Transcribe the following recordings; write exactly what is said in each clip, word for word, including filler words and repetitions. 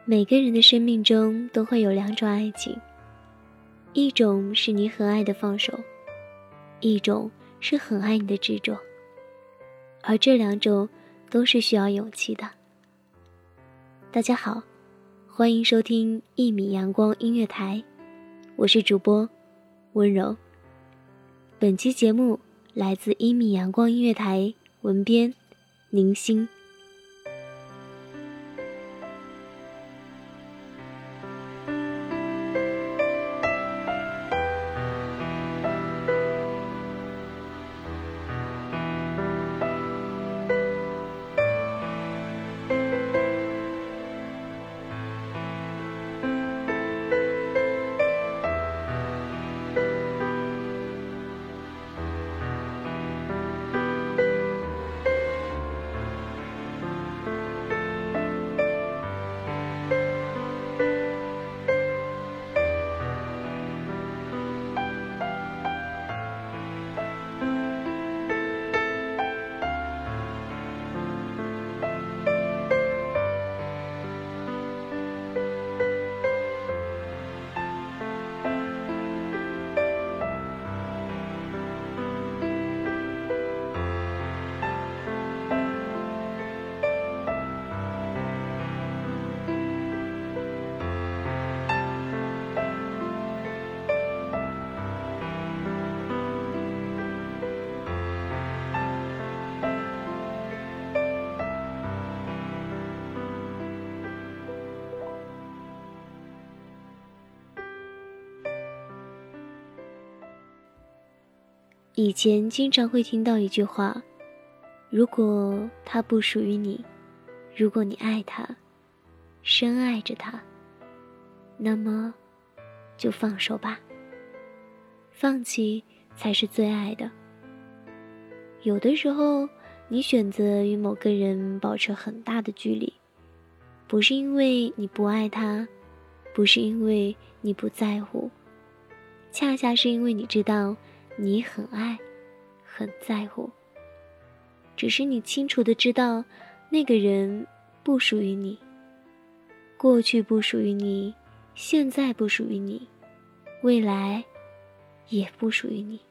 每个人的生命中都会有两种爱情，一种是你很爱的放手，一种是很爱你的执着，而这两种都是需要勇气的。大家好，欢迎收听一米阳光音乐台，我是主播温柔。本期节目来自一米阳光音乐台，文编宁心。以前经常会听到一句话，如果他不属于你，如果你爱他，深爱着他，那么就放手吧，放弃才是最爱的。有的时候你选择与某个人保持很大的距离，不是因为你不爱他，不是因为你不在乎，恰恰是因为你知道你很爱，很在乎，只是你清楚地知道那个人不属于你，过去不属于你，现在不属于你，未来也不属于你。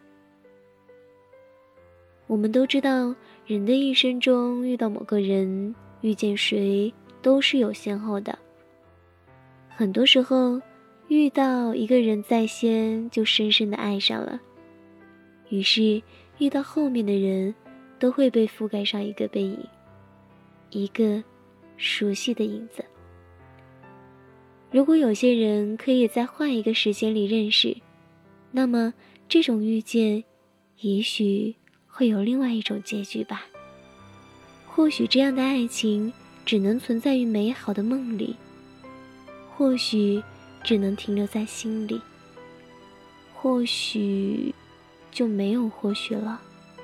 我们都知道，人的一生中遇到某个人，遇见谁都是有先后的。很多时候遇到一个人在先，就深深地爱上了，于是遇到后面的人都会被覆盖上一个背影，一个熟悉的影子。如果有些人可以在换一个时间里认识，那么这种遇见也许会有另外一种结局吧。或许这样的爱情只能存在于美好的梦里，或许只能停留在心里，或许就没有或许了。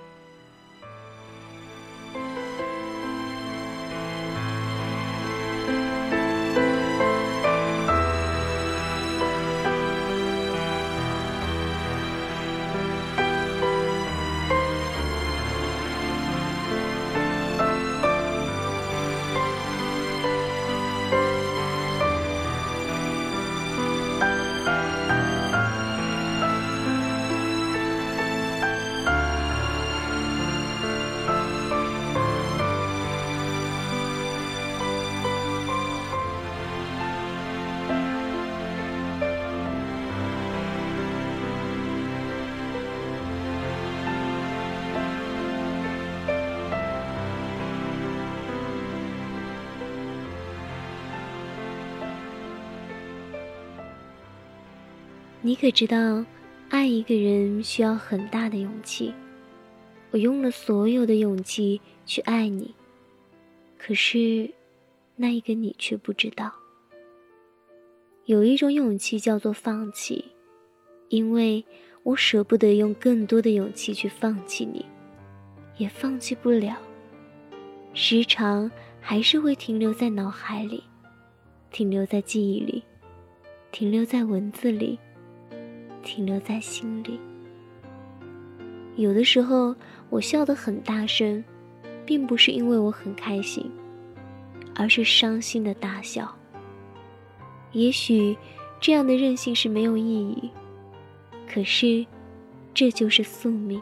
你可知道，爱一个人需要很大的勇气。我用了所有的勇气去爱你，可是那一个你却不知道。有一种勇气叫做放弃，因为我舍不得用更多的勇气去放弃你，也放弃不了，时常还是会停留在脑海里，停留在记忆里，停留在文字里，停留在心里。有的时候我笑得很大声，并不是因为我很开心，而是伤心的大笑。 也许这样的任性是没有意义，可是这就是宿命。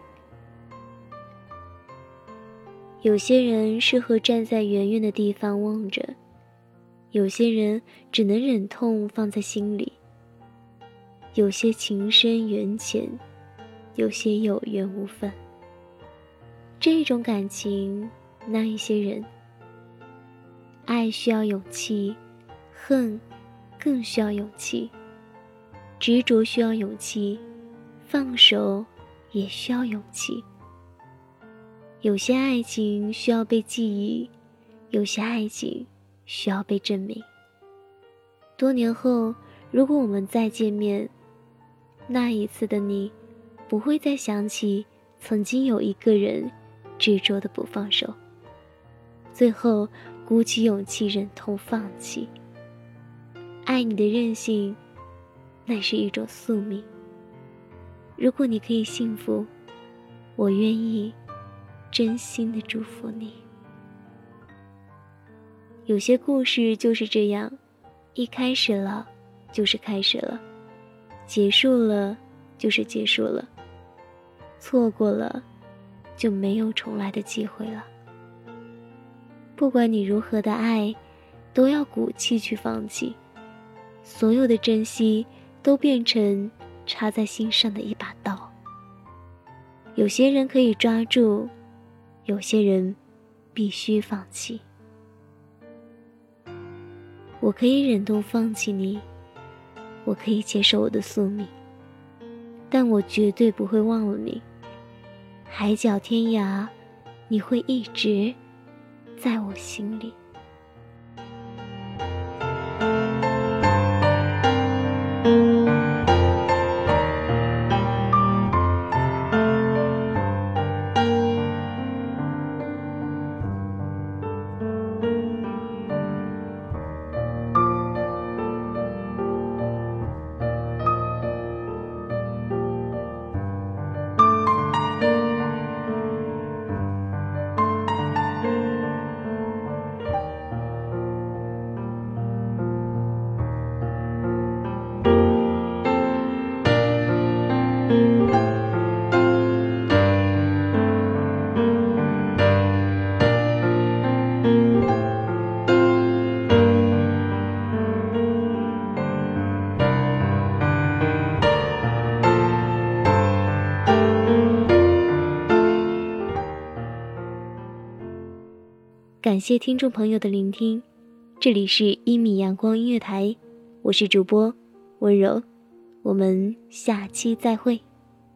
有些人适合站在远远的地方望着，有些人只能忍痛放在心里，有些情深缘浅，有些有缘无分。这种感情，那一些人，爱需要勇气，恨更需要勇气，执着需要勇气，放手也需要勇气。有些爱情需要被记忆，有些爱情需要被证明。多年后，如果我们再见面，那一次的你不会再想起曾经有一个人执着的不放手，最后鼓起勇气忍痛放弃。爱你的任性，那是一种宿命。如果你可以幸福，我愿意真心的祝福你。有些故事就是这样，一开始了就是开始了，结束了就是结束了，错过了就没有重来的机会了。不管你如何的爱，都要鼓气去放弃，所有的珍惜都变成插在心上的一把刀。有些人可以抓住，有些人必须放弃。我可以忍痛放弃你，我可以接受我的宿命，但我绝对不会忘了你。海角天涯，你会一直在我心里。感谢听众朋友的聆听，这里是一米阳光音乐台，我是主播温柔，我们下期再会。